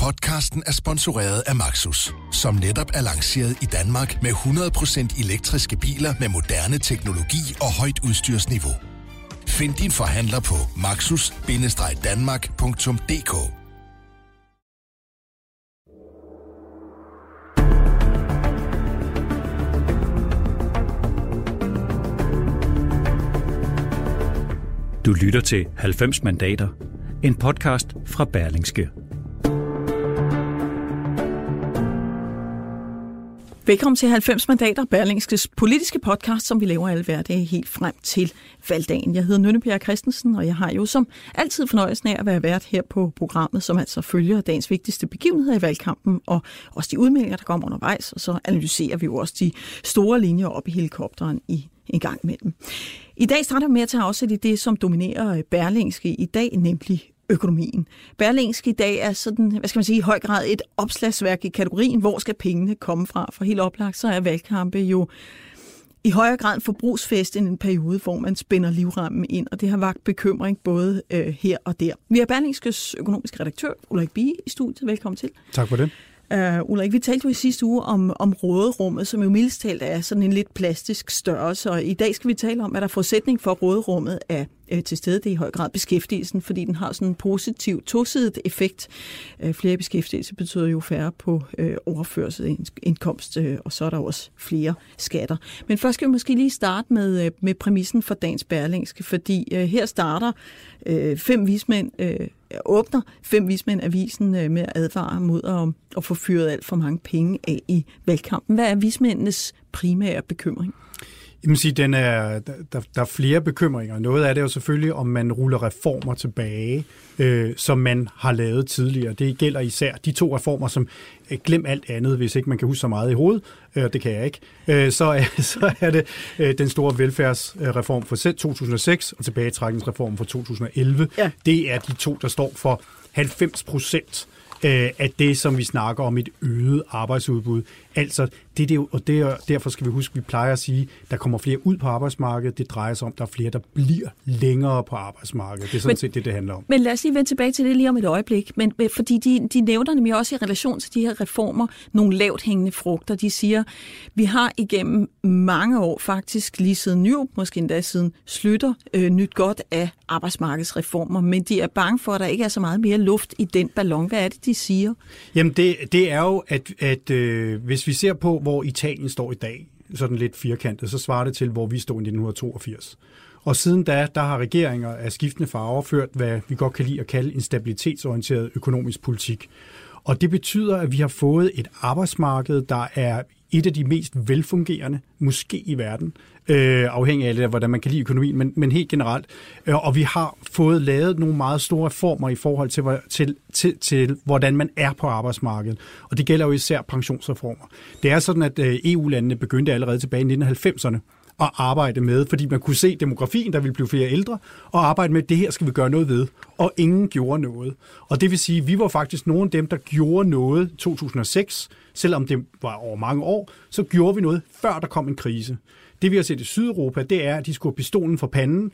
Podcasten er sponsoreret af Maxus, som netop er lanceret i Danmark med 100% elektriske biler med moderne teknologi og højt udstyrsniveau. Find din forhandler på maxus-danmark.dk. Du lytter til 90 mandater, en podcast fra Berlingske. Velkommen til 90 mandater, Berlingskes politiske podcast, som vi laver alle hverdage helt frem til valgdagen. Jeg hedder Nynne Bjerre Christensen, og jeg har jo som altid fornøjelsen af at være vært her på programmet, som altså følger dagens vigtigste begivenheder i valgkampen, og også de udmeldinger, der kommer undervejs, og så analyserer vi jo også de store linjer op i helikopteren en gang imellem. I dag starter vi med at tage afsæt i det, som dominerer Berlingske i dag, nemlig økonomien. Berlingske i dag er sådan, i høj grad et opslagsværk i kategorien, hvor skal pengene komme fra? For helt oplagt, så er valgkampe jo i højere grad en forbrugsfest end en periode, hvor man spænder livremmen ind, og det har vakt bekymring både her og der. Vi har Berlingskes økonomiske redaktør, Ulrik Bie, i studiet. Velkommen til. Tak for det. Ulrik, vi talte jo i sidste uge om råderummet, som jo mildest talt er sådan en lidt plastisk størrelse, og i dag skal vi tale om, at der er forudsætning for, at råderummet er til stede. Det er i høj grad beskæftigelsen, fordi den har sådan en positiv tosidet effekt. Flere beskæftigelse betyder jo færre på overførselsindkomst, og så er der også flere skatter. Men først skal vi måske lige starte med præmissen for dagens Berlingske, fordi her starter 5 vismænd åbner 5 vismænd avisen med at advare mod at få fyret alt for mange penge af i valgkampen. Hvad er vismændenes primære bekymring? Jeg må sige, der er flere bekymringer. Noget af det er jo selvfølgelig, om man ruller reformer tilbage, som man har lavet tidligere. Det gælder især de 2 reformer, som glem alt andet, hvis ikke man kan huske så meget i hovedet. Det kan jeg ikke. Så er det den store velfærdsreform fra 2006 og tilbagetrækningsreformen fra 2011. Ja. Det er de 2, der står for 90% af det, som vi snakker om et øget arbejdsudbud. Altså, derfor skal vi huske, at vi plejer at sige, at der kommer flere ud på arbejdsmarkedet. Det drejer sig om, at der er flere, der bliver længere på arbejdsmarkedet. Det er sådan set det handler om. Men lad os lige vende tilbage til det lige om et øjeblik. Men fordi de nævner nemlig også i relation til de her reformer nogle lavt hængende frugter. De siger, vi har igennem mange år, faktisk lige siden Nyrup, måske endda siden Schlüter, nyt godt af arbejdsmarkedsreformer. Men de er bange for, at der ikke er så meget mere luft i den ballon. Hvad er det, de siger? Jamen, det er jo, at hvis vi ser på, hvor Italien står i dag, sådan lidt firkantet, så svarer det til, hvor vi stod i 1982. Og siden da, der har regeringer af skiftende farver ført, hvad vi godt kan lide at kalde en stabilitetsorienteret økonomisk politik. Og det betyder, at vi har fået et arbejdsmarked, der er et af de mest velfungerende, måske i verden, afhængig af det, hvordan man kan lide økonomien, men helt generelt. Og vi har fået lavet nogle meget store reformer i forhold til hvordan man er på arbejdsmarkedet. Og det gælder jo især pensionsreformer. Det er sådan, at EU-landene begyndte allerede tilbage i 1990'erne at arbejde med, fordi man kunne se demografien, der ville blive flere ældre, og arbejde med, at det her skal vi gøre noget ved. Og ingen gjorde noget. Og det vil sige, at vi var faktisk nogle af dem, der gjorde noget i 2006, selvom det var over mange år, så gjorde vi noget, før der kom en krise. Det vi har set i Sydeuropa, det er, at de skulle have pistolen for panden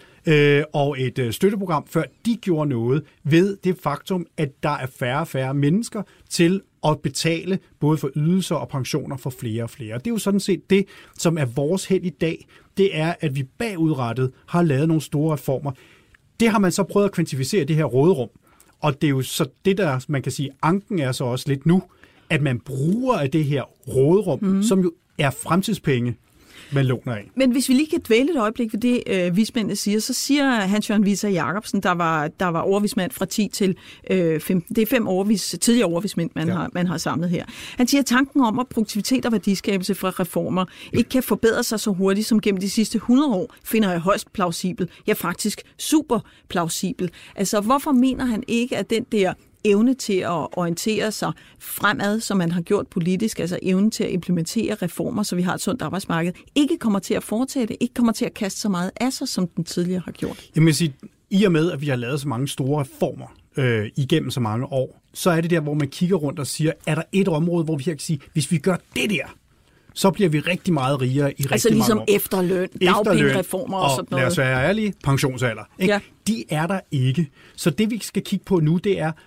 og et støtteprogram, før de gjorde noget ved det faktum, at der er færre og færre mennesker til at betale både for ydelser og pensioner for flere og flere. Det er jo sådan set det, som er vores held i dag. Det er, at vi bagudrettet har lavet nogle store reformer. Det har man så prøvet at kvantificere det her råderum. Og det er jo så det, der man kan sige, anken er så også lidt nu, at man bruger af det her råderum, som jo er fremtidspenge, man låner af. Men hvis vi lige kan dvæle et øjeblik ved det, vismændene siger, så siger Hans-Jørgen Visser Jacobsen, der var overvismand fra 10 til 15. Det er 5 tidligere overvismænd, man har samlet her. Han siger, at tanken om, at produktivitet og værdiskabelse fra reformer ikke kan forbedre sig så hurtigt som gennem de sidste 100 år, finder jeg højst plausibel. Ja, faktisk super plausibel. Altså, hvorfor mener han ikke, at den der evne til at orientere sig fremad, som man har gjort politisk, altså evnen til at implementere reformer, så vi har et sundt arbejdsmarked, ikke kommer til at foretage, ikke kommer til at kaste så meget af sig, som den tidligere har gjort? Jeg vil sige, i og med, at vi har lavet så mange store reformer igennem så mange år, så er det der, hvor man kigger rundt og siger, er der et område, hvor vi kan sige, hvis vi gør det der, så bliver vi rigtig meget rigere i rigtig mange år. Altså ligesom efterløn, dagpengereformer og sådan noget. Lad os være ærlige, pensionsalder. Ja. De er der ikke. Så det vi skal kigge på nu, det er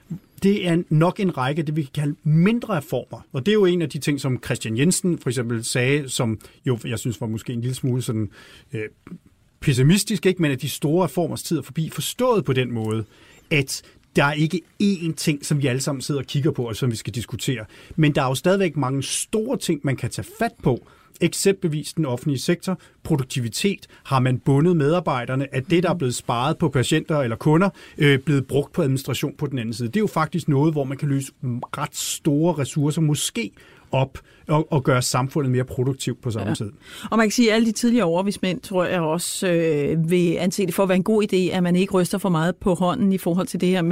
det er nok en række det, vi kan kalde mindre reformer. Og det er jo en af de ting, som Christian Jensen for eksempel sagde, som jo, jeg synes var måske en lille smule sådan pessimistisk, ikke? Men at de store reformers tid er forbi, forstået på den måde, at der er ikke én ting, som vi alle sammen sidder og kigger på, og som vi skal diskutere. Men der er jo stadigvæk mange store ting, man kan tage fat på. Eksempelvis den offentlige sektor, produktivitet, har man bundet medarbejderne, at det, der er blevet sparet på patienter eller kunder, blevet brugt på administration på den anden side. Det er jo faktisk noget, hvor man kan løse ret store ressourcer, måske op og gøre samfundet mere produktivt på samme tid. Og man kan sige, at alle de tidligere overvismænd, tror jeg også, vil anse det for at være en god idé, at man ikke ryster for meget på hånden i forhold til det her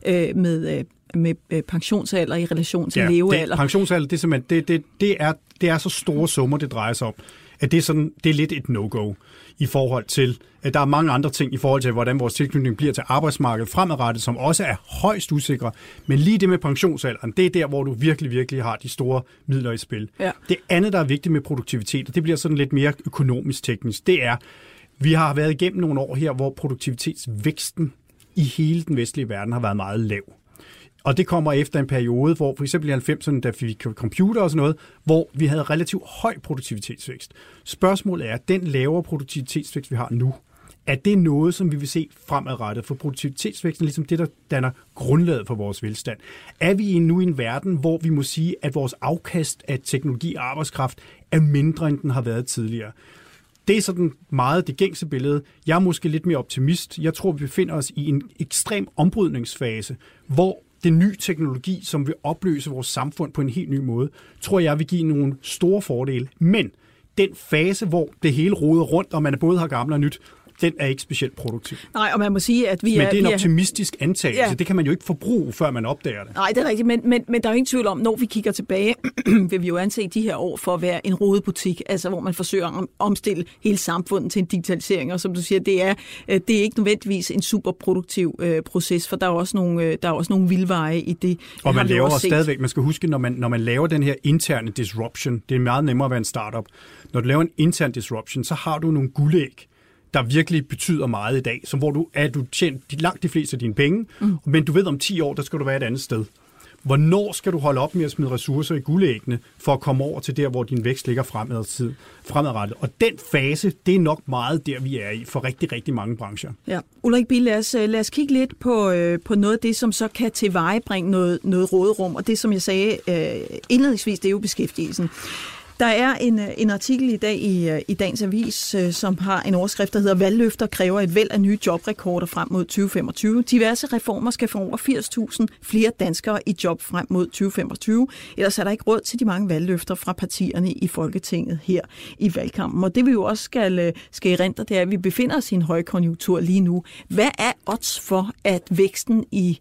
med pensionsalder i relation til levealder. Pensionsalder, det er simpelthen, det er så store summer, det drejer sig om, at det er lidt et no-go i forhold til, at der er mange andre ting i forhold til, hvordan vores tilknytning bliver til arbejdsmarkedet fremadrettet, som også er højst usikre. Men lige det med pensionsalderen, det er der, hvor du virkelig, virkelig har de store midler i spil. Ja. Det andet, der er vigtigt med produktivitet, og det bliver sådan lidt mere økonomisk teknisk, det er, vi har været igennem nogle år her, hvor produktivitetsvæksten i hele den vestlige verden har været meget lav. Og det kommer efter en periode, hvor for eksempel i 90'erne, da vi fik computer og sådan noget, hvor vi havde relativt høj produktivitetsvækst. Spørgsmålet er, at den lavere produktivitetsvækst, vi har nu, er det noget, som vi vil se fremadrettet? For produktivitetsvæksten er ligesom det, der danner grundlaget for vores velstand. Er vi nu i en verden, hvor vi må sige, at vores afkast af teknologi og arbejdskraft er mindre, end den har været tidligere? Det er sådan meget det gængse billede. Jeg er måske lidt mere optimist. Jeg tror, vi befinder os i en ekstrem ombrydningsfase, hvor den nye teknologi, som vil opløse vores samfund på en helt ny måde, tror jeg vil give nogle store fordele. Men den fase, hvor det hele roder rundt, og man både har gammelt og nyt, den er ikke specielt produktiv. Nej, og man må sige, at Men det er en optimistisk antagelse. Ja. Det kan man jo ikke forbruge, før man opdager det. Nej, det er rigtigt, men der er jo ingen tvivl om, når vi kigger tilbage, vil vi jo anse de her år for at være en rodebutik, altså hvor man forsøger at omstille hele samfundet til en digitalisering, og som du siger, det er ikke nødvendigvis en super produktiv proces, for der er også nogle vildveje i det. Og man laver stadigvæk, man skal huske, når man laver den her interne disruption, det er meget nemmere at være en startup. Når du laver en intern disruption, så har du nogle guldæg, der virkelig betyder meget i dag, som hvor du tjener langt de fleste af dine penge, men du ved, om 10 år, der skal du være et andet sted. Hvornår skal du holde op med at smide ressourcer i guldæggene, for at komme over til der, hvor din vækst ligger fremadrettet? Og den fase, det er nok meget der, vi er i for rigtig, rigtig mange brancher. Ja. Ulrik Bie, lad os kigge lidt på noget af det, som så kan tilvejebringe noget råderum, og det, som jeg sagde indledningsvis, det er jo beskæftigelsen. Der er en artikel i dag i Dagens Avis, som har en overskrift, der hedder "Valgløfter kræver et væld af nye jobrekorder frem mod 2025. Diverse reformer skal få over 80.000 flere danskere i job frem mod 2025. Ellers er der ikke råd til de mange valgløfter fra partierne i Folketinget her i valgkampen." Og det vi jo også skal erindre, det er, at vi befinder os i en højkonjunktur lige nu. Hvad er odds for, at væksten i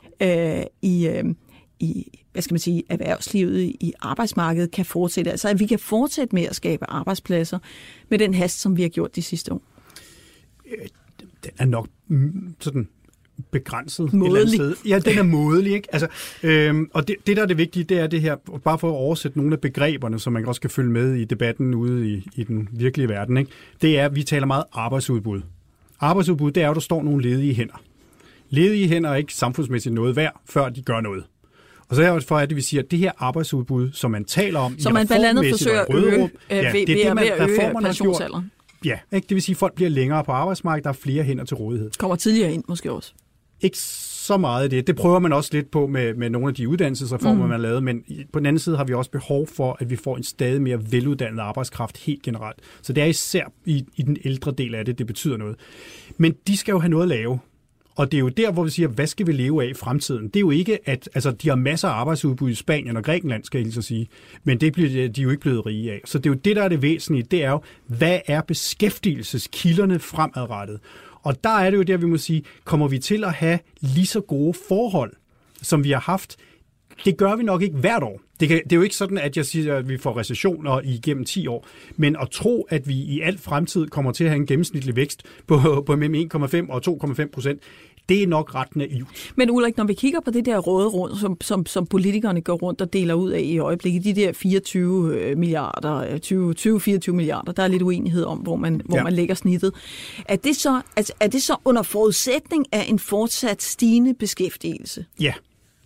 hvad skal man sige, erhvervslivet, i arbejdsmarkedet kan fortsætte? Altså, at vi kan fortsætte med at skabe arbejdspladser med den hast, som vi har gjort de sidste år? Den er nok sådan begrænset et eller andet sted. Ja, den er mådelig, ikke? Altså, og det, der er det vigtige, det er det her, bare for at oversætte nogle af begreberne, som man også kan følge med i debatten ude i den virkelige verden, ikke? Det er, at vi taler meget arbejdsudbud. Arbejdsudbud, det er, at der står nogle ledige hænder. Ledige hænder er ikke samfundsmæssigt noget værd, før de gør noget. Og så derfor er det, vi siger, at det her arbejdsudbud, som man taler om, som man blandt andet forsøger at øge reformerne pensionsalderen. Ja, ikke? Det vil sige, at folk bliver længere på arbejdsmarkedet, der er flere hænder til rådighed. Kommer tidligere ind måske også. Ikke så meget af det. Det prøver man også lidt på med nogle af de uddannelsesreformer, man har lavet, men på den anden side har vi også behov for, at vi får en stadig mere veluddannet arbejdskraft helt generelt. Så det er især i den ældre del af det betyder noget. Men de skal jo have noget at lave. Og det er jo der, hvor vi siger, hvad skal vi leve af i fremtiden? Det er jo ikke, at de har masser af arbejdsudbud i Spanien og Grækenland, skal jeg lige så sige. Men det bliver de jo ikke blevet rige af. Så det er jo det, der er det væsentlige. Det er jo, hvad er beskæftigelseskilderne fremadrettet? Og der er det jo der, vi må sige, kommer vi til at have lige så gode forhold, som vi har haft? Det gør vi nok ikke hvert år. Det er jo ikke sådan, at jeg siger, at vi får recessioner igennem 10 år, men at tro, at vi i al fremtid kommer til at have en gennemsnitlig vækst på mellem 1,5 og 2,5%, det er nok ret naivt. Men Ulrik, når vi kigger på det der råderum, som politikerne går rundt og deler ud af i øjeblikket, de der 24 milliarder, der er lidt uenighed om, hvor man lægger snittet. Er det så under forudsætning af en fortsat stigende beskæftigelse? Ja.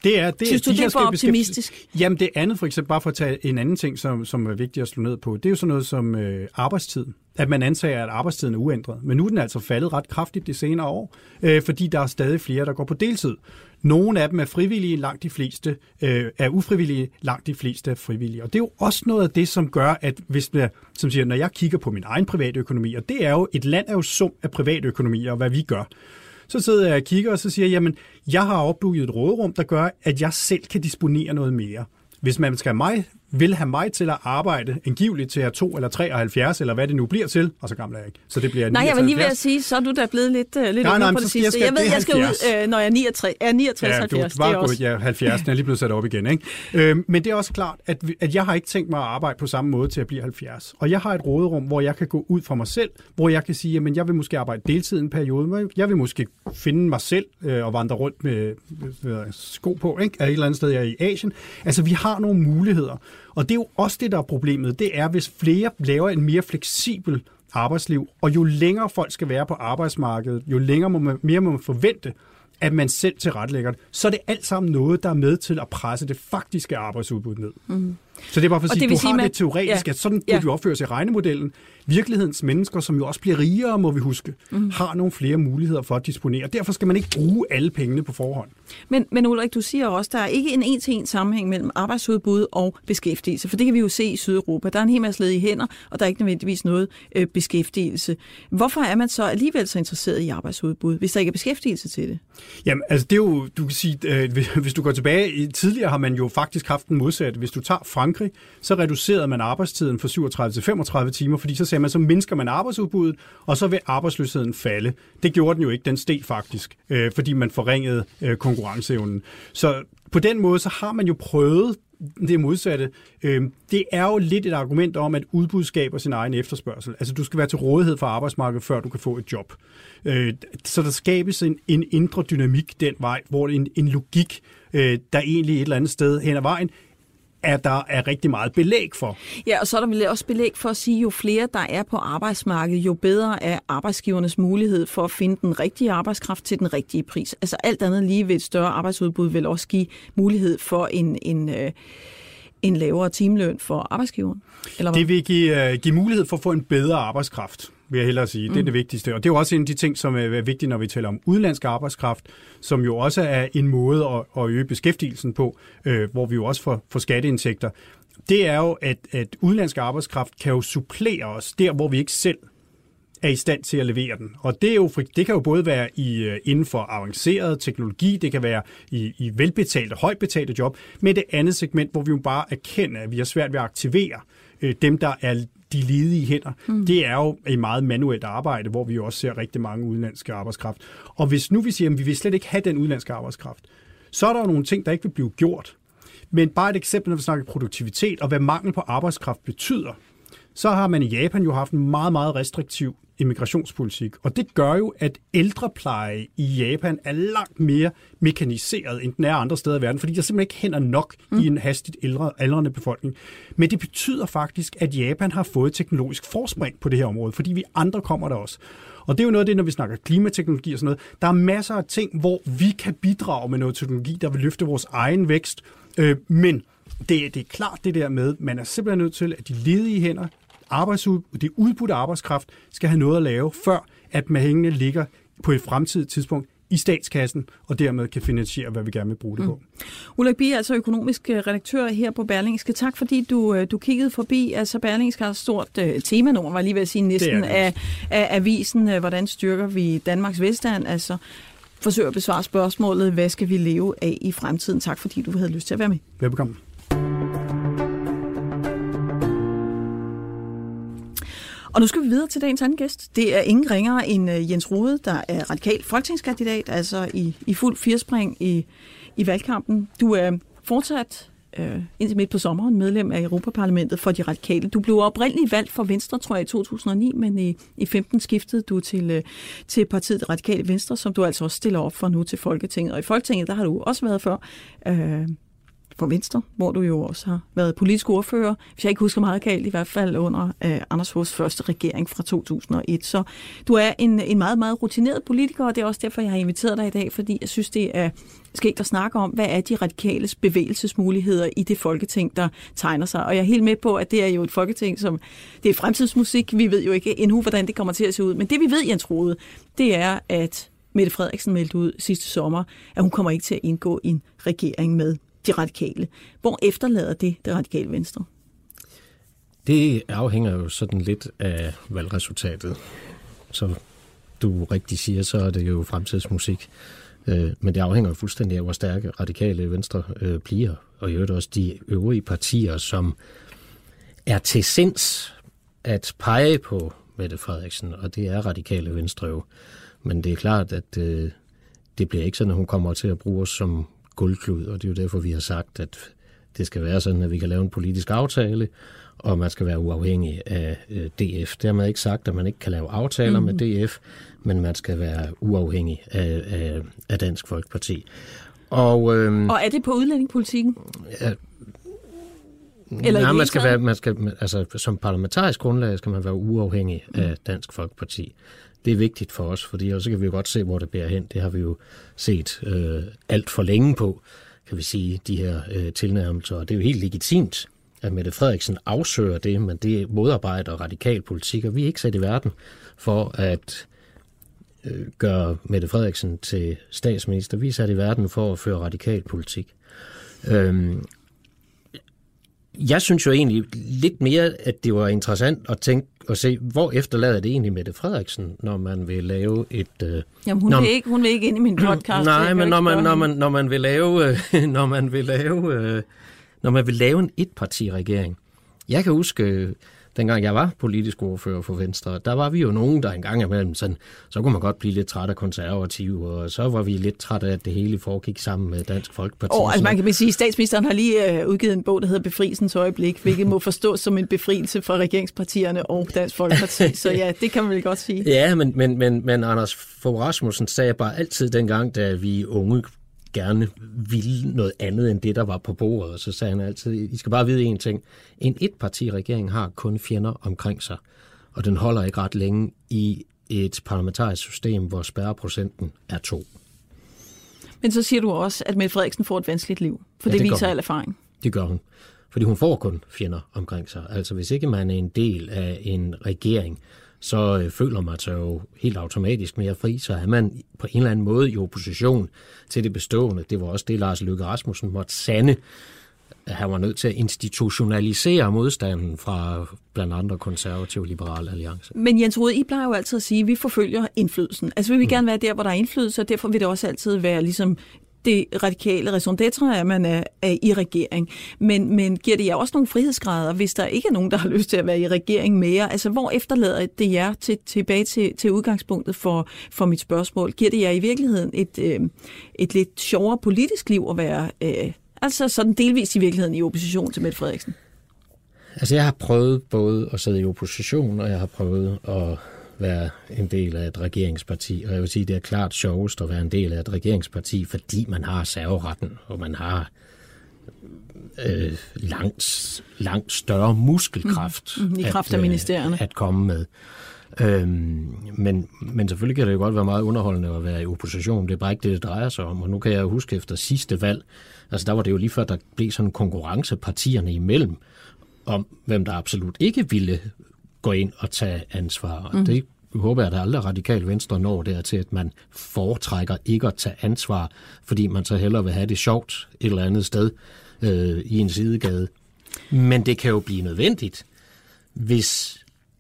Synes du, det er for optimistisk? Jamen det andet, for eksempel, bare for at tage en anden ting, som er vigtigt at slå ned på, det er jo sådan noget som arbejdstiden. At man antager, at arbejdstiden er uændret. Men nu er den altså faldet ret kraftigt de senere år, fordi der er stadig flere, der går på deltid. Nogle af dem er frivillige, langt de fleste er ufrivillige, langt de fleste er frivillige. Og det er jo også noget af det, som gør, at hvis man, som siger, når jeg kigger på min egen private økonomi, og det er jo, et land er jo sum af private økonomier, og hvad vi gør. Så sidder jeg og kigger, og så siger jeg, jamen, jeg har opbygget et råderum, der gør, at jeg selv kan disponere noget mere. Hvis man vil have mig til at arbejde angiveligt til at 2 eller 73, eller hvad det nu bliver til, og så gammel er jeg ikke. Så det bliver 79. Nej, jeg vil lige ved at sige, så er du da blevet lidt under på det sidste. Jeg ved, jeg skal ud, når jeg er 69, 70. Du var gået, 70, den er lige blevet sat op igen, ikke? Men det er også klart, at jeg har ikke tænkt mig at arbejde på samme måde til at blive 70. Og jeg har et råderum, hvor jeg kan gå ud fra mig selv, hvor jeg kan sige, jamen jeg vil måske arbejde deltid en periode, jeg vil måske finde mig selv og vandre rundt med sko på, ikke? Et eller andet sted, jeg er i Asien. Altså, vi har nogle muligheder. Og det er jo også det, der er problemet. Det er, hvis flere laver en mere fleksibel arbejdsliv, og jo længere folk skal være på arbejdsmarkedet, jo mere må man forvente, at man selv tilrettelægger det, så er det alt sammen noget, der er med til at presse det faktiske arbejdsudbud ned. Mm. Så det er bare for at sige, du har det teoretisk, at sådan burde vi opføre sig i regnemodellen. Virkelighedens mennesker, som jo også bliver rigere, må vi huske, har nogle flere muligheder for at disponere. Derfor skal man ikke bruge alle pengene på forhånd. Men Ulrik, du siger også, der er ikke en en-til-en sammenhæng mellem arbejdsudbud og beskæftigelse, for det kan vi jo se i Sydeuropa. Der er en hel masse ledige hænder, og der er ikke nødvendigvis noget beskæftigelse. Hvorfor er man så alligevel så interesseret i arbejdsudbud, hvis der ikke er beskæftigelse til det? Jamen, altså det er jo, du kan sige, hvis du går tilbage, tidligere har man jo faktisk haft den modsatte. Hvis du tager Frankrig, så reducerede man arbejdstiden fra 37 til 35 timer, fordi så sagde man, så mindsker man arbejdsudbuddet, og så vil arbejdsløsheden falde. Det gjorde den jo ikke, den steg faktisk, fordi man forringede konkurrenceevnen. Så på den måde, så har man jo prøvet det modsatte. Det er jo lidt et argument om, at udbud skaber sin egen efterspørgsel. Altså, du skal være til rådighed for arbejdsmarkedet, før du kan få et job. Så der skabes en indre dynamik den vej, hvor en logik, der egentlig et eller andet sted hen ad vejen, der er rigtig meget belæg for. Ja, og så er der vel også belæg for at sige, jo flere der er på arbejdsmarkedet, jo bedre er arbejdsgivernes mulighed for at finde den rigtige arbejdskraft til den rigtige pris. Altså alt andet lige ved et større arbejdsudbud vil også give mulighed for en lavere timeløn for arbejdsgiveren. Eller hvad? Det vil give mulighed for at få en bedre arbejdskraft, vil jeg hellere sige. Det er det vigtigste. Og det er jo også en af de ting, som er vigtige, når vi taler om udenlandsk arbejdskraft, som jo også er en måde at øge beskæftigelsen på, hvor vi jo også får skatteindtægter. Det er jo, at udenlandsk arbejdskraft kan jo supplere os der, hvor vi ikke selv er i stand til at levere den. Og det kan jo både være inden for avanceret teknologi, det kan være i velbetalte, højt betalte job, med det andet segment, hvor vi jo bare erkender, at vi har svært ved at aktivere dem, der er de ledige hænder. Det er jo et meget manuelt arbejde, hvor vi jo også ser rigtig mange udenlandske arbejdskraft. Og hvis nu vi siger, at vi vil slet ikke have den udenlandske arbejdskraft, så er der jo nogle ting, der ikke vil blive gjort. Men bare et eksempel, når vi snakker produktivitet og hvad mangel på arbejdskraft betyder, så har man i Japan jo haft en meget, meget restriktiv immigrationspolitik. Og det gør jo, at ældrepleje i Japan er langt mere mekaniseret, end den er andre steder i verden, fordi der simpelthen ikke hænder nok i en hastigt aldrende befolkning. Men det betyder faktisk, at Japan har fået teknologisk forspring på det her område, fordi vi andre kommer der også. Og det er jo noget af det, når vi snakker klimateknologi og sådan noget. Der er masser af ting, hvor vi kan bidrage med noget teknologi, der vil løfte vores egen vækst. Men det er klart det der med, man er simpelthen nødt til, at de ledige hænder, det udbudte arbejdskraft skal have noget at lave, før at pengene ligger på et fremtidigt tidspunkt i statskassen, og dermed kan finansiere, hvad vi gerne vil bruge det på. Ulrik Bie, altså økonomisk redaktør her på Berlingske. Tak, fordi du kiggede forbi. Altså Berlingske har et stort temanummer, var lige ved at sige næsten, af avisen. Hvordan styrker vi Danmarks velstand? Altså forsøger at besvare spørgsmålet, hvad skal vi leve af i fremtiden? Tak, fordi du havde lyst til at være med. Velbekomme. Og nu skal vi videre til dagens anden gæst. Det er ingen ringere end Jens Rohde, der er radikal folketingskandidat, altså i fuld firspring i valgkampen. Du er fortsat indtil midt på sommeren medlem af Europaparlamentet for de radikale. Du blev oprindeligt valgt for Venstre, tror jeg, i 2009, men i 15 skiftede du til partiet Det Radikale Venstre, som du altså også stiller op for nu til Folketinget. Og i Folketinget, der har du også været før. for Venstre, hvor du jo også har været politisk ordfører, hvis jeg ikke husker meget galt, i hvert fald under Anders Foghs første regering fra 2001. Så du er en meget, meget rutineret politiker, og det er også derfor, jeg har inviteret dig i dag, fordi jeg synes, det er skægt at snakke om, hvad er de radikales bevægelsesmuligheder i det folketing, der tegner sig. Og jeg er helt med på, at det er jo et folketing, som det er fremtidsmusik. Vi ved jo ikke endnu, hvordan det kommer til at se ud. Men det vi ved, Jens Rohde, det er, at Mette Frederiksen meldte ud sidste sommer, at hun kommer ikke til at indgå i en regering med de radikale. Hvor efterlader det radikale Venstre? Det afhænger jo sådan lidt af valgresultatet. Så du rigtig siger, så er det jo fremtidsmusik. Men det afhænger jo fuldstændig af, hvor stærke radikale Venstre bliver. Og i øvrigt også de øvrige partier, som er til sinds at pege på Mette Frederiksen. Og det er radikale Venstre jo. Men det er klart, at det bliver ikke sådan, at hun kommer til at bruge os som guldklud, og det er jo derfor, vi har sagt, at det skal være sådan, at vi kan lave en politisk aftale, og man skal være uafhængig af DF. Dermed ikke sagt, at man ikke kan lave aftaler med DF, men man skal være uafhængig af Dansk Folkeparti. Og er det på udlændingepolitikken? Eller man skal altså, som parlamentarisk grundlag skal man være uafhængig af Dansk Folkeparti. Det er vigtigt for os, fordi så kan vi jo godt se, hvor det bærer hen. Det har vi jo set alt for længe på, kan vi sige, de her tilnærmelser. Og det er jo helt legitimt, at Mette Frederiksen afsøger det, men det modarbejder radikal politik, og vi er ikke sat i verden for at gøre Mette Frederiksen til statsminister. Vi er sat i verden for at føre radikal politik. Jeg synes jo egentlig lidt mere, at det var interessant at tænke og se, hvor efterlader det egentlig Mette Frederiksen, når man vil lave et... Jamen hun vil ikke ind i min podcast. Nej, men når man vil lave en etpartiregering. Jeg kan huske, dengang jeg var politisk ordfører for Venstre, der var vi jo nogen, der engang imellem sådan, så kunne man godt blive lidt træt af konservative, og så var vi lidt træt af, at det hele foregik sammen med Dansk Folkeparti. Altså man kan sige, at statsministeren har lige udgivet en bog, der hedder Befrielsens øjeblik, hvilket må forstås som en befrielse fra regeringspartierne og Dansk Folkeparti. Så ja, det kan man vel godt sige. Ja, men Anders Fogh Rasmussen sagde bare altid dengang, da vi unge gerne ville noget andet end det, der var på bordet. Og så sagde han altid, I skal bare vide én ting. En etpartiregering har kun fjender omkring sig, og den holder ikke ret længe i et parlamentarisk system, hvor spærreprocenten er 2. Men så siger du også, at Mette Frederiksen får et vanskeligt liv, for det viser al erfaring. Det gør hun, fordi hun får kun fjender omkring sig. Altså hvis ikke man er en del af en regering, så føler man sig jo helt automatisk mere fri, så er man på en eller anden måde i opposition til det bestående. Det var også det, Lars Løkke Rasmussen måtte sande, at han var nødt til at institutionalisere modstanden fra blandt andre konservative liberale alliancer. Men Jens Rohde, I plejer jo altid at sige, at vi forfølger indflydelsen. Altså vi vil gerne være der, hvor der er indflydelse, og derfor vil det også altid være ligesom det radikale raison d'être, at man er i regering. Men giver det jer også nogle frihedsgrader, hvis der ikke er nogen, der har lyst til at være i regering mere? Altså, hvor efterlader det jer tilbage til udgangspunktet for mit spørgsmål? Giver det jer i virkeligheden et lidt sjovere politisk liv at være, altså sådan delvis i virkeligheden i opposition til Mette Frederiksen? Altså, jeg har prøvet både at sidde i opposition, og jeg har prøvet at være en del af et regeringsparti, og jeg vil sige, det er klart sjovest at være en del af et regeringsparti, fordi man har serveretten, og man har langt større muskelkraft i kraft af ministerierne at komme med. Men selvfølgelig kan det jo godt være meget underholdende at være i opposition. Det er bare ikke det drejer sig om, og nu kan jeg huske efter sidste valg, altså der var det jo lige før, der blev sådan konkurrence partierne imellem, om hvem der absolut ikke ville gå ind og tage ansvar. Og det håber jeg, at aldrig radikal Venstre når dertil, at man foretrækker ikke at tage ansvar, fordi man så hellere vil have det sjovt et eller andet sted i en sidegade. Men det kan jo blive nødvendigt, hvis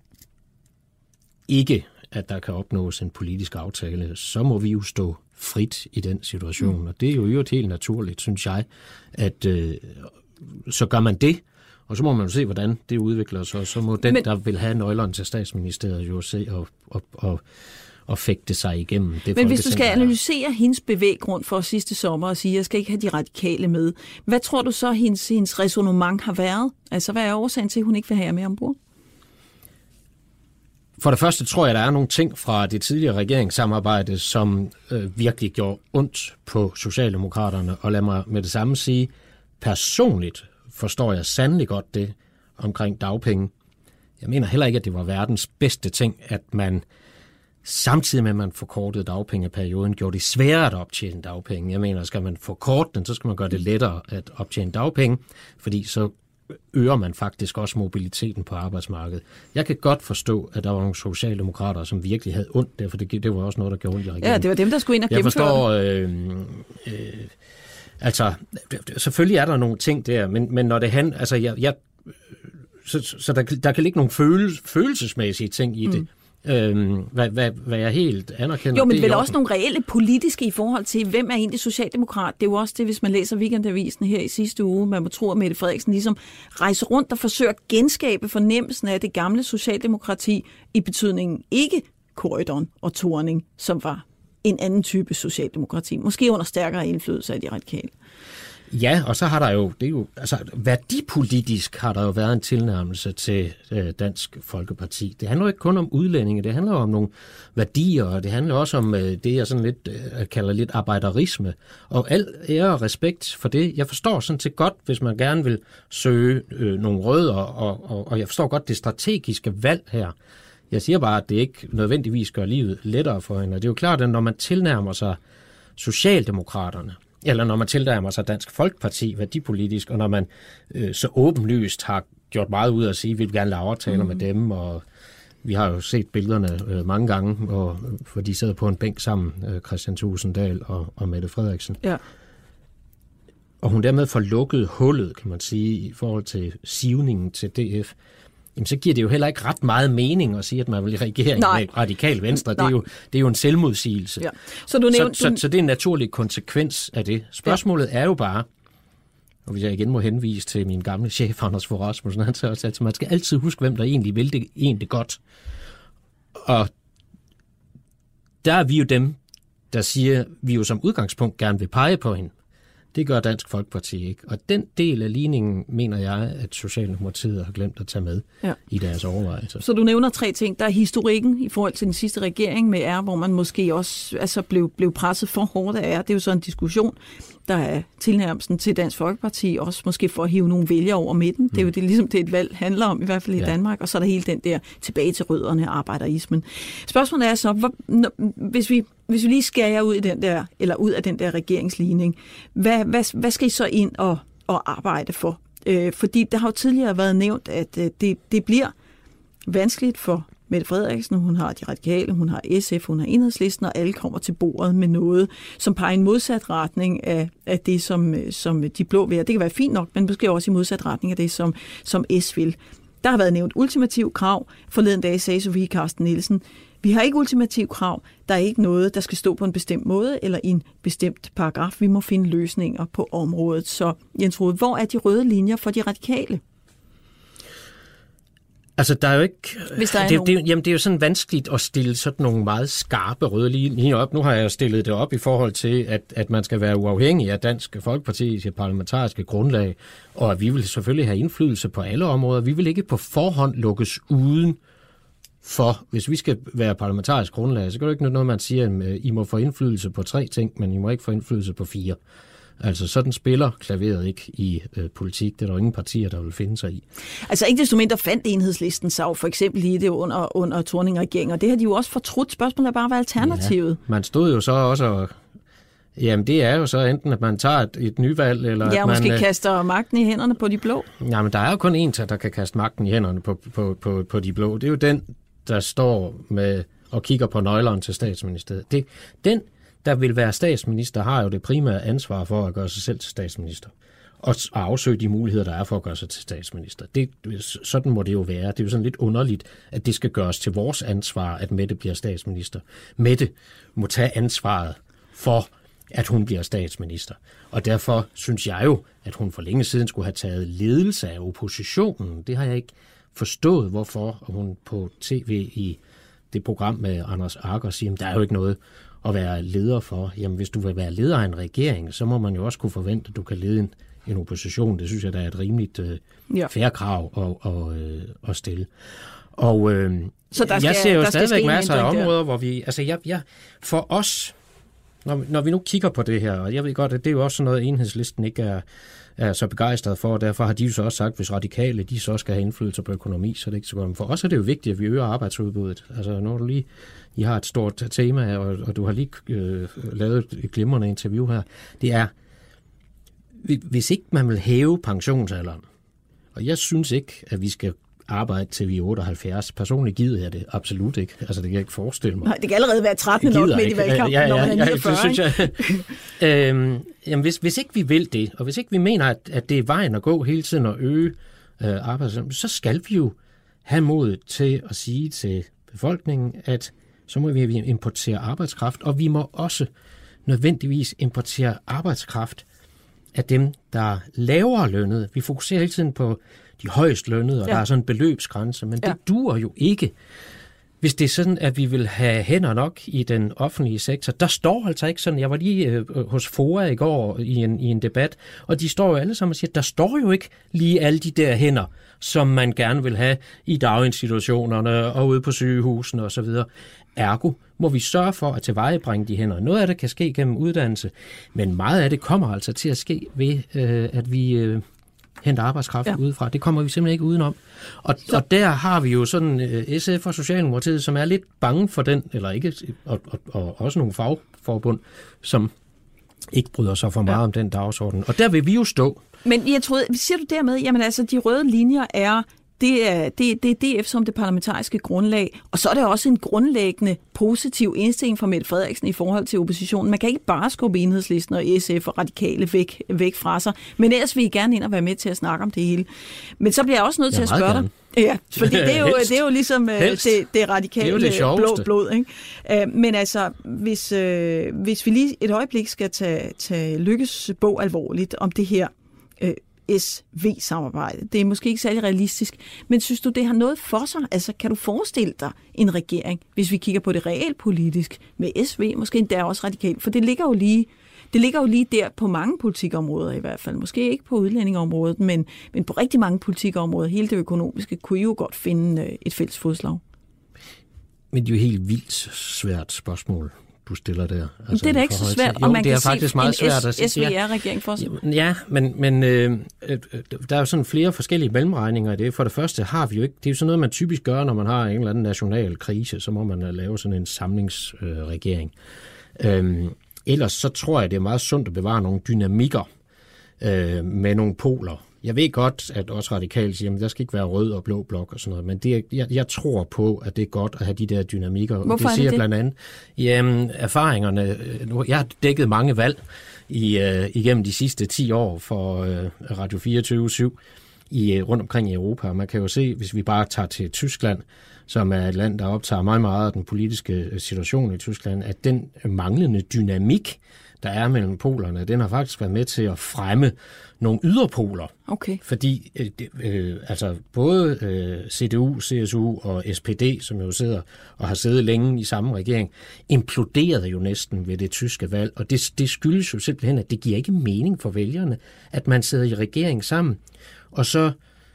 ikke, at der kan opnås en politisk aftale, så må vi jo stå frit i den situation. Og det er jo helt naturligt, synes jeg, at så gør man det, og så må man jo se, hvordan det udvikler sig, og så må den, der vil have nøglerne til statsministeriet, jo se og fægte sig igennem det. Men hvis du skal analysere hendes bevæggrund for sidste sommer og sige, at jeg skal ikke have de radikale med, hvad tror du så, hendes ræsonnement har været? Altså, hvad er årsagen til, at hun ikke vil have jer med ombord? For det første tror jeg, der er nogle ting fra det tidligere regeringssamarbejde, som virkelig gjorde ondt på Socialdemokraterne, og lad mig med det samme sige, personligt forstår jeg sandelig godt det omkring dagpenge. Jeg mener heller ikke, at det var verdens bedste ting, at man samtidig med, at man forkortede dagpengeperioden, gjorde det sværere at optjene dagpenge. Jeg mener, skal man forkorte den, så skal man gøre det lettere at optjene dagpenge, fordi så øger man faktisk også mobiliteten på arbejdsmarkedet. Jeg kan godt forstå, at der var nogle socialdemokrater, som virkelig havde ondt der, for det var også noget, der gjorde ondt i regeringen. Ja, det var dem, der skulle ind og gennemføre det. Altså, selvfølgelig er der nogle ting der, men når det handler, altså så der kan ligge nogle følelsesmæssige ting i det. Hvad jeg helt anerkender. Jo, men vel også nogle reelle politiske i forhold til, hvem er egentlig socialdemokrat. Det er jo også det, hvis man læser Weekendavisen her i sidste uge, man må tro, at Mette Frederiksen ligesom rejser rundt og forsøger at genskabe fornemmelsen af det gamle socialdemokrati i betydningen ikke Corydon og Thorning, som var en anden type socialdemokrati. Måske under stærkere indflydelse af de radikale. Ja, og så har der jo, altså værdipolitisk har der jo været en tilnærmelse til Dansk Folkeparti. Det handler jo ikke kun om udlændinge, det handler om nogle værdier, og det handler også om det, jeg sådan lidt kalder lidt arbejderisme. Og al ære og respekt for det. Jeg forstår sådan set godt, hvis man gerne vil søge nogle rødder, og jeg forstår godt det strategiske valg her. Jeg siger bare, at det ikke nødvendigvis gør livet lettere for hende. Og det er jo klart, at når man tilnærmer sig Socialdemokraterne, eller når man tilnærmer sig Dansk Folkeparti værdipolitisk, og når man så åbenlyst har gjort meget ud af at sige, at vi vil gerne lave aftaler med dem, og vi har jo set billederne mange gange, hvor de sidder på en bænk sammen, Kristian Thulesen Dahl og Mette Frederiksen. Ja. Og hun dermed får lukket hullet, kan man sige, i forhold til sivningen til DF. Jamen, så giver det jo heller ikke ret meget mening at sige, at man vil i regering med radikal venstre. Det er jo en selvmodsigelse. Ja. Så det er en naturlig konsekvens af det. Spørgsmålet er jo bare, og hvis jeg igen må henvise til min gamle chef, Anders Fogh Rasmussen, han sagde også, at man skal altid huske, hvem der egentlig vil det egentlig godt. Og der er vi jo dem, der siger, at vi jo som udgangspunkt gerne vil pege på hende. Det gør Dansk Folkeparti ikke. Og den del af ligningen, mener jeg, at Socialdemokratiet har glemt at tage med i deres overvejelser. Så du nævner 3 ting. Der er historikken i forhold til den sidste regering med R, hvor man måske også blev presset for hårdt af R. Det er jo så en diskussion. Der er tilnærmelsen til Dansk Folkeparti, også måske for at hive nogle vælgere over midten. Det er jo det, ligesom det et valg handler om, i hvert fald i Danmark. Og så er der hele den der tilbage til rødderne, arbejderismen. Spørgsmålet er så, hvis vi lige skærer jer ud i den der, eller ud af den der regeringsligning, hvad skal I så ind og arbejde for? Fordi der har jo tidligere været nævnt, at det bliver vanskeligt for Mette Frederiksen, hun har de radikale, hun har SF, hun har Enhedslisten, og alle kommer til bordet med noget, som peger i en modsat retning af det, som de blå vil. Det kan være fint nok, men måske også i modsat retning af det, som S vil. Der har været nævnt ultimativ krav. Forleden dag sagde Sofie Carsten Nielsen, vi har ikke ultimativ krav. Der er ikke noget, der skal stå på en bestemt måde eller i en bestemt paragraf. Vi må finde løsninger på området. Så Jens Rohde, hvor er de røde linjer for de radikale? Altså, der er jo ikke... det er jo sådan vanskeligt at stille sådan nogle meget skarpe røde linjer op. Nu har jeg jo stillet det op i forhold til, at man skal være uafhængig af Dansk Folkeparti til parlamentariske grundlag, og at vi vil selvfølgelig have indflydelse på alle områder. Vi vil ikke på forhånd lukkes uden for, hvis vi skal være parlamentarisk grundlag, så kan det ikke noget, man siger, at I må få indflydelse på 3 ting, men I må ikke få indflydelse på 4. Altså sådan spiller klaveret ikke i politik. Det er der jo ingen partier, der vil finde sig i. Altså ikke desto mindre fandt Enhedslisten sig for eksempel i det under Thorning-regeringen, og det har de jo også fortrudt. Spørgsmålet er bare, hvad alternativet? Ja, man stod jo så også jamen det er jo så enten, at man tager et nyvalg, eller at man... måske kaster magten i hænderne på de blå. Jamen der er jo kun én, der kan kaste magten i hænderne på de blå. Det er jo den, der står med og kigger på nøglerne til statsministeriet. Den, der vil være statsminister, har jo det primære ansvar for at gøre sig selv til statsminister. Og afsøge de muligheder, der er for at gøre sig til statsminister. Sådan må det jo være. Det er jo sådan lidt underligt, at det skal gøres til vores ansvar, at Mette bliver statsminister. Mette må tage ansvaret for, at hun bliver statsminister. Og derfor synes jeg jo, at hun for længe siden skulle have taget ledelse af oppositionen. Det har jeg ikke forstået, hvorfor hun på tv i det program med Anders Agger siger, at der er jo ikke noget at være leder for. Jamen, hvis du vil være leder af en regering, så må man jo også kunne forvente, at du kan lede en opposition. Det synes jeg, der er et rimeligt fair krav at stille. Og jeg ser jo stadigvæk masser af områder, hvor vi... Altså, for os, når vi nu kigger på det her, og jeg ved godt, at det er jo også sådan noget, Enhedslisten ikke er så begejstrede for, og derfor har de jo så også sagt, hvis radikale de så skal have indflydelse på økonomi, så er det ikke så godt. Men for os er det jo vigtigt, at vi øger arbejdsudbuddet. Altså når du lige, I har et stort tema, og du har lige lavet et glimrende interview her, det er, hvis ikke man vil hæve pensionsalderen, og jeg synes ikke, at vi skal arbejde til vi er 78. Personligt gider jeg det absolut ikke. Altså, det kan jeg ikke forestille mig. Nej, det kan allerede være 13 nok midt i valgkampen, når man er 49. Jamen, hvis ikke vi vil det, og hvis ikke vi mener, at det er vejen at gå hele tiden at øge arbejdsalderen, så skal vi jo have mod til at sige til befolkningen, at så må vi importere arbejdskraft, og vi må også nødvendigvis importere arbejdskraft af dem, der er lavere lønnet. Vi fokuserer hele tiden på de højst lønnede, og der er sådan en beløbsgrænse, men det duer jo ikke, hvis det er sådan, at vi vil have hænder nok i den offentlige sektor. Der står altså ikke sådan, jeg var lige hos FOA i går i en debat, og de står jo alle sammen og siger, der står jo ikke lige alle de der hænder, som man gerne vil have i daginstitutionerne og ude på sygehusene osv. Ergo må vi sørge for at tilvejebringe de hænder. Noget af det kan ske gennem uddannelse, men meget af det kommer altså til at ske ved, at vi henter arbejdskraft udefra. Det kommer vi simpelthen ikke udenom. Og der har vi jo sådan SF og Socialdemokratiet, som er lidt bange for den, eller ikke, og også nogle fagforbund, som ikke bryder sig for meget om den dagsorden. Og der vil vi jo stå. Men jeg troede, siger du dermed, jamen altså, de røde linjer er det er DF som det parlamentariske grundlag, og så er der også en grundlæggende positiv indstilling fra Mette Frederiksen i forhold til oppositionen. Man kan ikke bare skubbe Enhedslisten og SF og radikale væk fra sig, men ellers vil I gerne ind og være med til at snakke om det hele. Men så bliver jeg også nødt til at spørge dig. Ja, fordi det er jo ligesom det radikale det blå blod. Ikke? Men altså, hvis vi lige et øjeblik skal tage Lykkes bog alvorligt om det her SV-samarbejde. Det er måske ikke særlig realistisk, men synes du, det har noget for sig? Altså, kan du forestille dig en regering, hvis vi kigger på det realpolitisk, med SV, måske endda også radikalt, for det ligger jo lige der på mange politikområder i hvert fald. Måske ikke på udlændingeområdet, men på rigtig mange politikområder. Hele det økonomiske kunne I jo godt finde et fælles fodslag. Men det er jo helt vildt svært spørgsmål, du stiller der. Altså, det er da ikke så svært, om man kan se en SVR-regering for sig. Ja, men der er jo sådan flere forskellige mellemregninger i det. For det første har vi jo ikke, det er jo sådan noget, man typisk gør, når man har en eller anden national krise, så må man lave sådan en samlingsregering. Ellers så tror jeg, det er meget sundt at bevare nogle dynamikker med nogle poler. Jeg ved godt, at også radikalt siger, at der skal ikke være rød og blå blok og sådan noget, men jeg tror på, at det er godt at have de der dynamikker. Hvorfor det siger det? Blandt andet, erfaringerne, jeg har dækket mange valg igennem de sidste 10 år for Radio 24/7 rundt omkring i Europa, og man kan jo se, hvis vi bare tager til Tyskland, som er et land, der optager meget, meget af den politiske situation i Tyskland, at den manglende dynamik, der er mellem polerne, den har faktisk været med til at fremme nogle yderpoler. Okay. Fordi altså både CDU, CSU og SPD, som jo sidder og har siddet længe i samme regering, imploderede jo næsten ved det tyske valg. Og det skyldes jo simpelthen, at det giver ikke mening for vælgerne, at man sidder i regering sammen, og så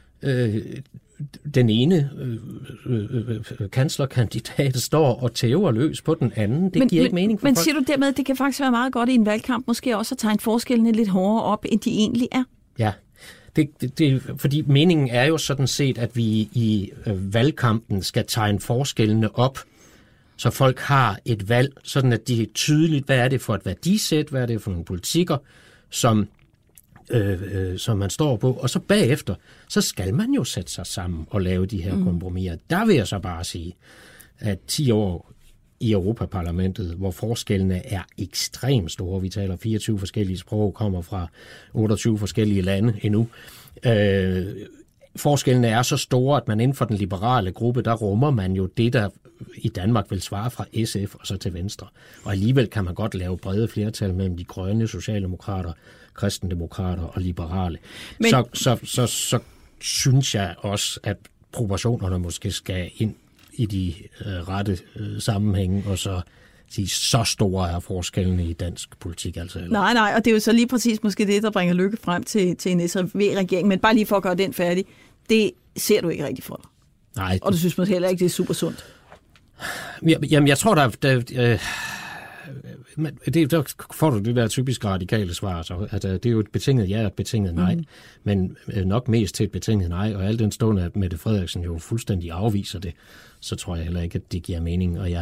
den ene kanslerkandidat står og tæver løs på den anden. Det giver ikke mening for folk. Men siger du dermed, at det kan faktisk være meget godt i en valgkamp, måske også at tegne forskellene lidt hårdere op, end de egentlig er? Ja, fordi meningen er jo sådan set, at vi i valgkampen skal tegne forskellene op, så folk har et valg, sådan at de er tydeligt, hvad er det for et værdisæt, hvad er det for nogle politikker, som man står på, og så bagefter, så skal man jo sætte sig sammen og lave de her kompromiser. Der vil jeg så bare sige, at 10 år i Europaparlamentet, hvor forskellene er ekstremt store, vi taler 24 forskellige sprog, kommer fra 28 forskellige lande endnu, forskellene er så store, at man inden for den liberale gruppe, der rummer man jo det, der i Danmark vil svare fra SF og så til venstre. Og alligevel kan man godt lave brede flertal mellem de grønne, socialdemokrater, kristendemokrater og liberale. Men så synes jeg også, at proportionerne måske skal ind i de rette sammenhænge, og så store er forskellene i dansk politik. Altså. Nej, og det er jo så lige præcis måske det, der bringer Lykke frem til en SV-regering. Men bare lige for at gøre den færdig, det ser du ikke rigtig for dig. Nej. Og du synes måske heller ikke, det er super sundt. Jamen, jeg tror, men der får du det der typiske radikale svar, så at det er jo et betinget ja og et betinget nej, men nok mest til et betinget nej, og al den stående, at Mette Frederiksen jo fuldstændig afviser det, så tror jeg heller ikke, at det giver mening, og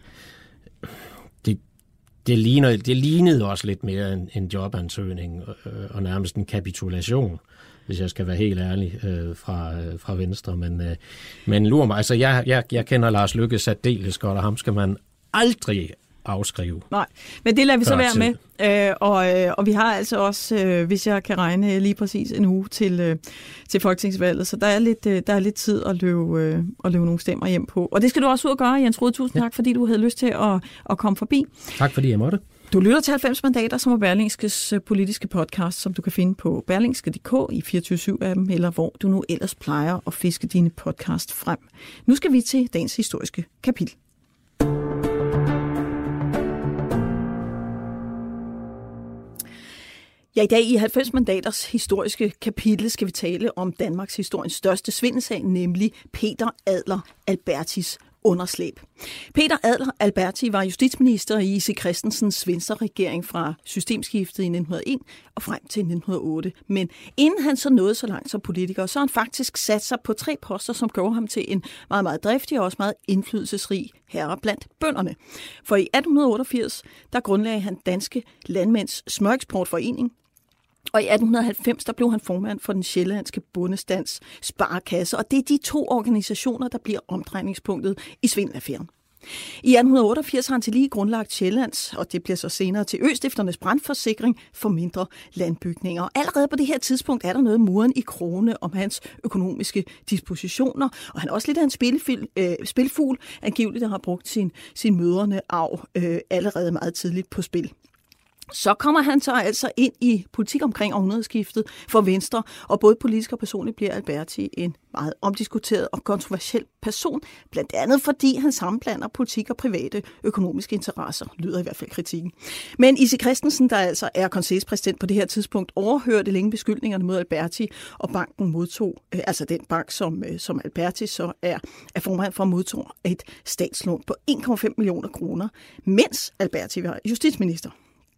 det lignede også lidt mere en jobansøgning og nærmest en kapitulation, hvis jeg skal være helt ærlig, fra Venstre. Men lur mig, altså jeg kender Lars Løkke særdeles godt, og ham skal man aldrig afskrive. Nej, men det lader vi så være med. Og vi har altså også, hvis jeg kan regne lige præcis en uge til folketingsvalget, så der er lidt tid at løbe nogle stemmer hjem på. Og det skal du også ud og gøre, Jens Rohde. Tusind tak, fordi du havde lyst til at komme forbi. Tak, fordi jeg måtte. Du lytter til 90 mandater, som er Berlingskes politiske podcast, som du kan finde på berlingske.dk i 24/7-appen, eller hvor du nu ellers plejer at fiske dine podcast frem. Nu skal vi til dagens historiske kapitel. Ja, i dag i 90 mandaters historiske kapitel skal vi tale om Danmarks historiens største svindelsag, nemlig Peter Adler Albertis underslæb. Peter Adler Alberti var justitsminister i I.C. Christensens Venstreregering fra systemskiftet i 1901 og frem til 1908. Men inden han så nåede så langt som politiker, så har han faktisk sat sig på 3 poster, som gjorde ham til en meget, meget driftig og også meget indflydelsesrig herre blandt bønderne. For i 1888, der grundlagde han Danske Landmænds Smøreksportforening, og i 1890, der blev han formand for den sjællandske bondestands sparekasse, og det er de 2 organisationer, der bliver omdrejningspunktet i svindelaffæren. I 1888 har han til lige grundlagt Sjællands, og det bliver så senere til Østifternes brandforsikring for mindre landbygninger. Og allerede på det her tidspunkt er der noget muren i krone om hans økonomiske dispositioner, og han er også lidt af en spilfugl, angiveligt, der har brugt sin mødrene arv allerede meget tidligt på spil. Så kommer han så altså ind i politik omkring århundredeskiftet for Venstre, og både politisk og personligt bliver Alberti en meget omdiskuteret og kontroversiel person, blandt andet fordi han sammenblander politik og private økonomiske interesser, lyder i hvert fald kritikken. Men I.C. Christensen, der altså er konseilspræsident på det her tidspunkt, overhørte længe beskyldningerne mod Alberti, og banken modtog, altså den bank, som Alberti så er formand for, modtog et statslån på 1,5 millioner kroner, mens Alberti var justitsminister.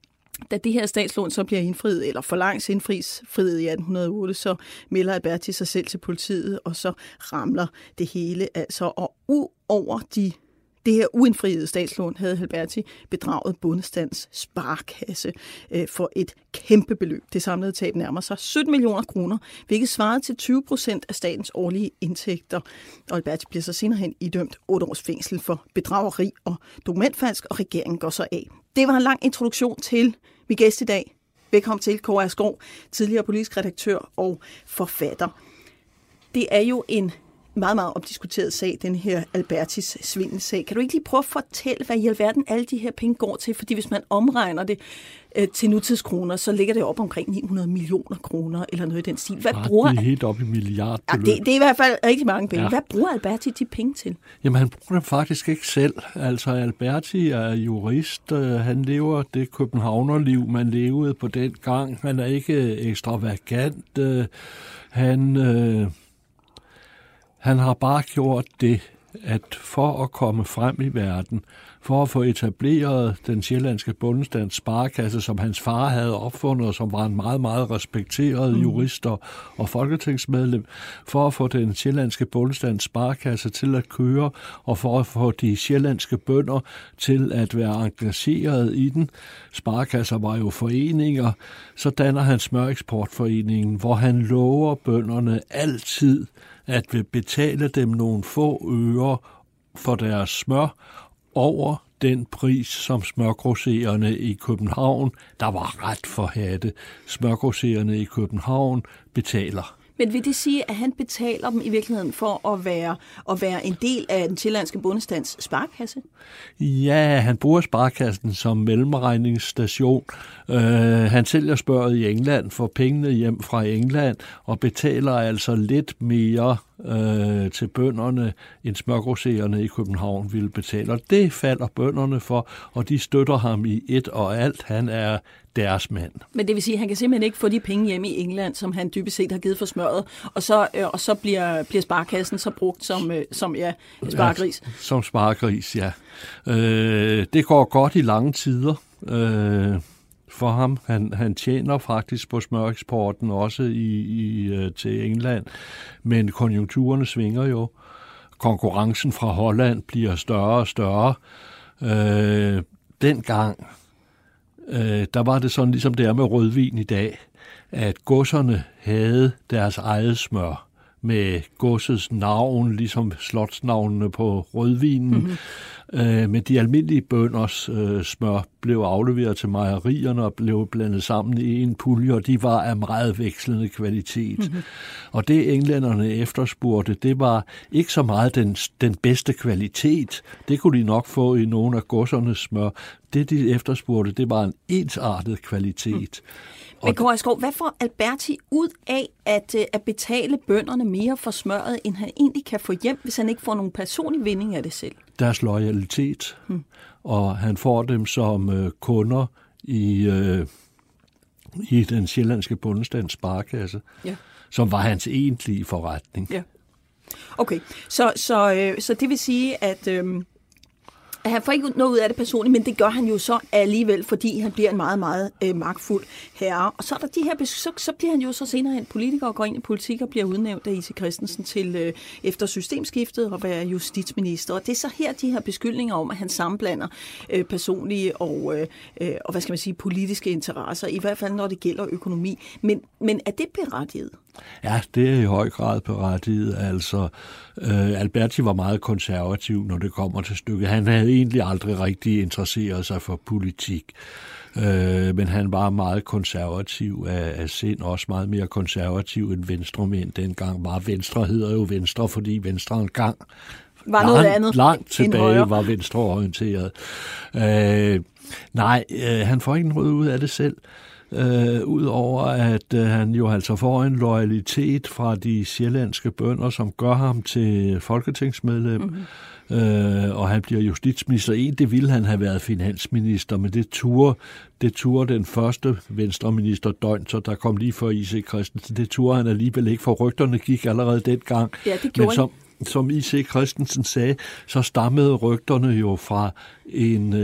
Da det her statslån så bliver indfriet, eller forlangs indfriet i 1808, så melder Alberti sig selv til politiet, og så ramler det hele altså. Og udover det her uindfriede statslån havde Alberti bedraget bondestands sparekasse for et kæmpe beløb. Det samlede tab nærmer sig 17 millioner kroner, hvilket svarede til 20% af statens årlige indtægter. Og Alberti bliver så senere hen idømt 8 års fængsel for bedrageri og dokumentfalsk, og regeringen går så af. Det var en lang introduktion til min gæst i dag. Velkommen til, Kåre Skov, tidligere politisk redaktør og forfatter. Det er jo en meget, meget omdiskuteret sag, den her Albertis svindelsag. Kan du ikke lige prøve at fortælle, hvad i alverden alle de her penge går til? Fordi hvis man omregner det til nutidskroner, så ligger det op omkring 900 millioner kroner, eller noget i den stil. Hvad bruger det er helt op i milliardbeløb. Ja, det er i hvert fald rigtig mange penge. Ja. Hvad bruger Alberti de penge til? Jamen, han bruger dem faktisk ikke selv. Altså, Alberti er jurist. Han lever det københavnerliv, man levede på den gang. Han er ikke ekstravagant. Han har bare gjort det, at for at komme frem i verden, for at få etableret den sjællandske bondestands sparekasse, som hans far havde opfundet, og som var en meget, meget respekteret jurist og folketingsmedlem, for at få den sjællandske bondestands sparekasse til at køre, og for at få de sjællandske bønder til at være engageret i den. Sparekasser var jo foreninger. Så danner han Smøreksportforeningen, hvor han lover bønderne altid at vil betale dem nogle få øre for deres smør over den pris, som smørgrossererne i København, der var ret forhatte, smørgrossererne i København betaler. Men vil det sige, at han betaler dem i virkeligheden for at være en del af den sjællandske bondestands sparekasse? Ja, han bruger sparekassen som mellemregningsstation. Han sælger smøret i England, får pengene hjem fra England og betaler altså lidt mere til bønderne, end smørgrossererne i København ville betale. Og det falder bønderne for, og de støtter ham i et og alt. Han er deres mand. Men det vil sige, at han kan simpelthen ikke få de penge hjem i England, som han dybest set har givet for smøret, og så bliver sparekassen så brugt som sparegris. Ja, som sparegris, ja. Det går godt i lange tider. for ham. Han tjener faktisk på smøreksporten også til England, men konjunkturerne svinger jo. Konkurrencen fra Holland bliver større og større. Dengang, der var det sådan, ligesom det er med rødvin i dag, at godserne havde deres eget smør med godsets navn, ligesom slotsnavnene på rødvinen. Mm-hmm. Men de almindelige bønders smør blev afleveret til mejerierne og blev blandet sammen i en pulje, og de var af meget vekslende kvalitet. Mm-hmm. Og det englænderne efterspurgte, det var ikke så meget den bedste kvalitet. Det kunne de nok få i nogle af godsernes smør. Det, de efterspurgte, det var en ensartet kvalitet. Men Kåre Skov, hvad får Alberti ud af at betale bønderne mere for smøret, end han egentlig kan få hjem, hvis han ikke får nogen personlig vinding af det selv? Deres loyalitet, og han får dem som kunder i den sjællandske bondestands sparekasse, som var hans egentlige forretning. Ja. Okay, så det vil sige, at han får ikke noget ud af det personligt, men det gør han jo så alligevel, fordi han bliver en meget, meget magtfuld herre. Og så er der de her, så bliver han jo så senere en politiker og går ind i politik og bliver udnævnt af I.C. Christensen til efter systemskiftet og være justitsminister. Og det er så her de her beskyldninger om, at han sammenblander personlige og hvad skal man sige, politiske interesser, i hvert fald når det gælder økonomi. Men er det berettiget? Ja, det er i høj grad berettiget. Altså, Alberti var meget konservativ, når det kommer til stykket. Han havde egentlig aldrig rigtig interesseret sig for politik, men han var meget konservativ af sind, også meget mere konservativ end venstremænd. Dengang var Venstre, hedder jo Venstre, fordi Venstre engang var noget andet langt tilbage var venstreorienteret. Han får ikke noget ud af det selv. Udover at han jo altså får en loyalitet fra de sjællandske bønder, som gør ham til folketingsmedlem, og han bliver justitsminister. Egentlig ville han have været finansminister, men det turde den første venstreminister Døjnser, der kom lige før I.C. Christensen. Det turde han alligevel ikke, for rygterne gik allerede dengang. Ja, det gjorde som I.C. Christensen sagde, så stammede rygterne jo fra en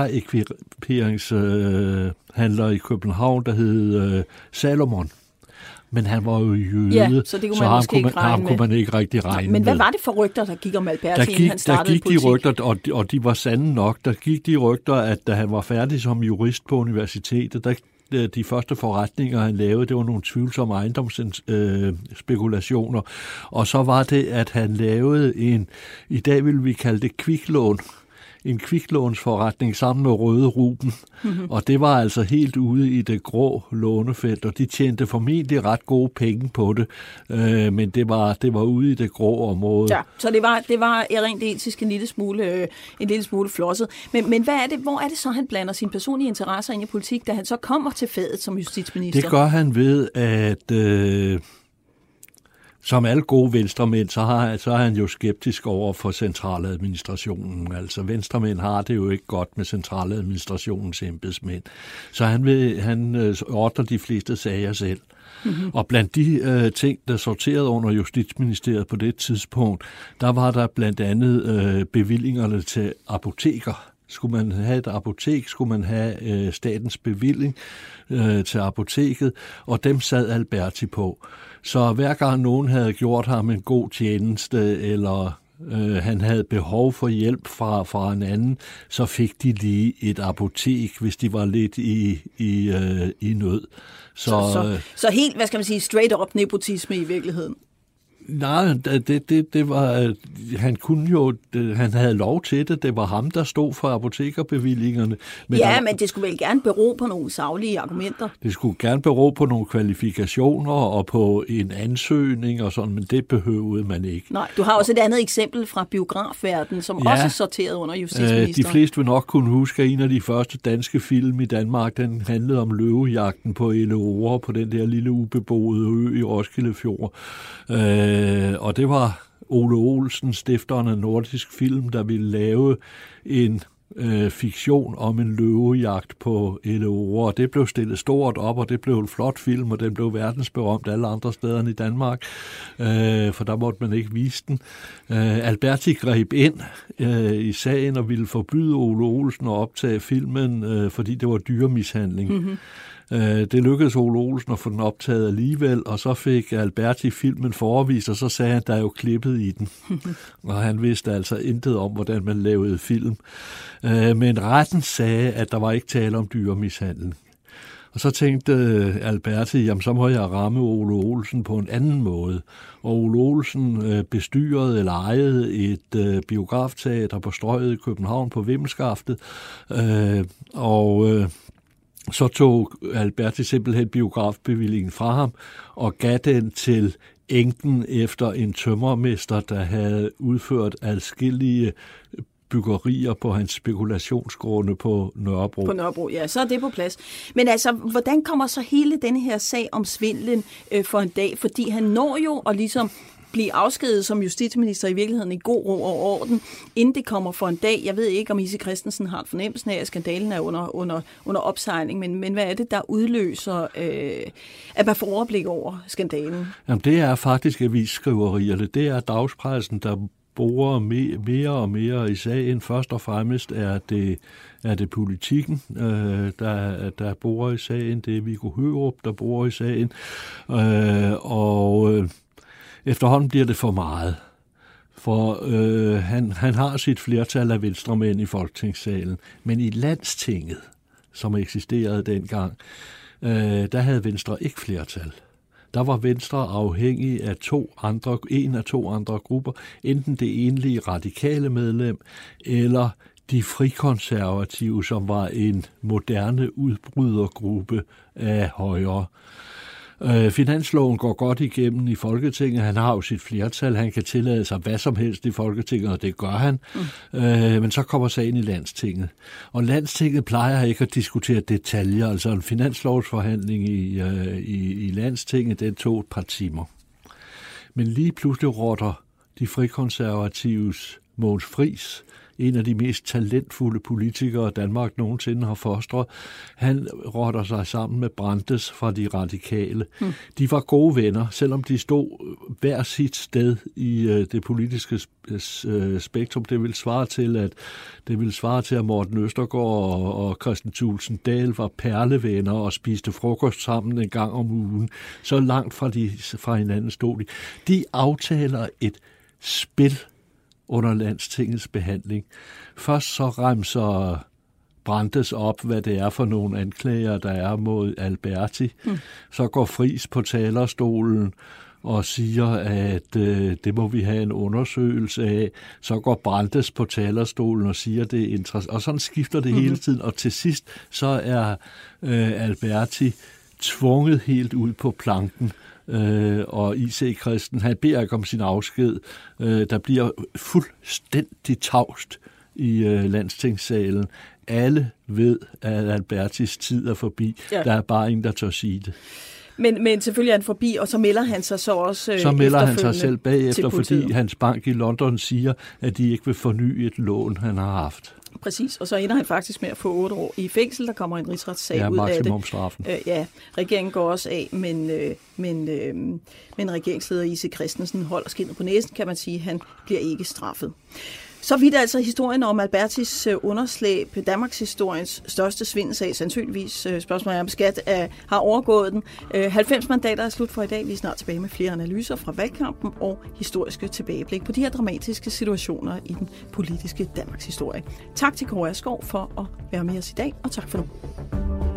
herreekviperingshandler i København, der hed Salomon. Men han var jo jøde, så det kunne ham kunne man ikke rigtig regne med. Men hvad var det for rygter, der gik om Alberti, inden han startede politik? Der gik de rygter, og de var sande nok. Der gik de rygter, at da han var færdig som jurist på universitetet, de første forretninger, han lavede, det var nogle tvivlsomme ejendomsspekulationer. Og så var det, at han lavede i dag vil vi kalde det kviklån, en kviklånsforretning sammen med Røde Ruben. Mm-hmm. Og det var altså helt ude i det grå lånefelt, og de tjente formentlig ret gode penge på det, men det var ude i det grå område. Ja, så det var rent etisk en lille smule flosset. Men hvad er det, hvor er det så, han blander sine personlige interesser ind i politik, da han så kommer til fadet som justitsminister? Det gør han ved, at som alle gode venstremænd, så er han jo skeptisk over for centraladministrationen. Altså venstremænd har det jo ikke godt med centraladministrationens embedsmænd. Så han ordner de fleste sager selv. Mm-hmm. Og blandt de ting, der sorterede under Justitsministeriet på det tidspunkt, der var der blandt andet bevillingerne til apoteker. Skulle man have et apotek, skulle man have statens bevilling til apoteket, og dem sad Alberti på. Så hver gang nogen havde gjort ham en god tjeneste, eller han havde behov for hjælp fra en anden, så fik de lige et apotek, hvis de var lidt i nød. Så helt, hvad skal man sige, straight up nepotisme i virkeligheden? Nej, det var, han havde lov til det. Det var ham, der stod for apotekerbevillingerne. Men det skulle vel gerne bero på nogle saglige argumenter? Det skulle gerne bero på nogle kvalifikationer og på en ansøgning og sådan, men det behøvede man ikke. Nej, du har også et andet eksempel fra biografverdenen, som også sorterede under justitsministeren. De fleste vil nok kunne huske, at en af de første danske film i Danmark, den handlede om løvejagten på Eleore, på den der lille ubeboede ø i Roskilde Fjord. Og det var Ole Olsen, stifteren af Nordisk Film, der ville lave en fiktion om en løvejagt på Eleonore, og det blev stillet stort op, og det blev en flot film, og den blev verdensberømt alle andre steder end i Danmark, for der måtte man ikke vise den. Alberti greb ind i sagen og ville forbyde Ole Olsen at optage filmen, fordi det var dyremishandling. Mm-hmm. Det lykkedes Ole Olsen at få den optaget alligevel, og så fik Alberti filmen forvist, og så sagde han, der er jo klippet i den. Og han vidste altså intet om, hvordan man lavede film. Men retten sagde, at der var ikke tale om dyremishandling. Og så tænkte Alberti, jamen så må jeg ramme Ole Olsen på en anden måde. Og Ole Olsen bestyrede eller ejede et biografteater på Strøget i København på Vimmelskaftet, så tog Alberti simpelthen biografbevillingen fra ham og gav den til enken efter en tømrermester, der havde udført adskillige byggerier på hans spekulationsgrunde på Nørrebro. På Nørrebro, ja, så er det på plads. Men altså, hvordan kommer så hele denne her sag om svindlen for en dag? Fordi han når jo at ligesom blive afskediget som justitsminister i virkeligheden i god ro og orden, inden det kommer for en dag. Jeg ved ikke, om Ise Christensen har en fornemmelse af, at skandalen er under opsejling, men hvad er det, der udløser, at man får overblik over skandalen? Jamen, det er faktisk avisskriverierne. Det er dagspressen, der borer mere og mere i sagen. Først og fremmest er det Politikken, der borer i sagen. Det er Viggo Hørup, der borer i sagen. Efterhånden bliver det for meget. For han har sit flertal af venstremænd i Folketingssalen. Men i Landstinget, som eksisterede dengang, der havde Venstre ikke flertal. Der var Venstre afhængig af en af to andre grupper, enten det enlige radikale medlem, eller de frikonservative, som var en moderne udbrydergruppe af højre. Finansloven går godt igennem i Folketinget. Han har jo sit flertal. Han kan tillade sig hvad som helst i Folketinget, og det gør han. Men så kommer sagen i Landstinget. Og Landstinget plejer ikke at diskutere detaljer. Altså en finanslovsforhandling i Landstinget, den tog et par timer. Men lige pludselig rotter de frikonservatives Mogens Friis, en af de mest talentfulde politikere, Danmark nogensinde har fostret. Han rotter sig sammen med Brandes fra de radikale. De var gode venner, selvom de stod hver sit sted i det politiske spektrum. Det ville svare til, at Morten Østergaard og Christian Thulesen Dahl var perlevenner og spiste frokost sammen en gang om ugen. Så langt fra hinanden stod de. De aftaler et spil under Landstingets behandling. Først så remser Brandes op, hvad det er for nogle anklager, der er mod Alberti. Så går Friis på talerstolen og siger, at det må vi have en undersøgelse af. Så går Brandes på talerstolen og siger, det er interessant. Og sådan skifter det hele tiden. Og til sidst så er Alberti tvunget helt ud på planken. Og I.C. Christen, han beder ikke om sin afsked. Der bliver fuldstændig tavst i Landstingssalen. Alle ved, at Albertis tid er forbi. Ja. Der er bare ingen, der tør sige det. Men selvfølgelig er han forbi, og så melder han sig så også så melder han sig selv bagefter, fordi hans bank i London siger, at de ikke vil forny et lån, han har haft. Præcis, og så ender han faktisk med at få 8 år i fængsel. Der kommer en rigsretssag ud af det. Maksimumstraffen. Regeringen går også af, men regeringsleder I.C. Christensen holder skindet på næsen, kan man sige. Han bliver ikke straffet. Så vidt altså historien om Albertis underslæb, Danmarks historiens største svindelsag, sandsynligvis spørgsmålet om skat, har overgået den. 90 mandater er slut for i dag. Vi er snart tilbage med flere analyser fra valgkampen og historiske tilbageblik på de her dramatiske situationer i den politiske Danmarks historie. Tak til Kåre Asgaard for at være med os i dag, og tak for nu.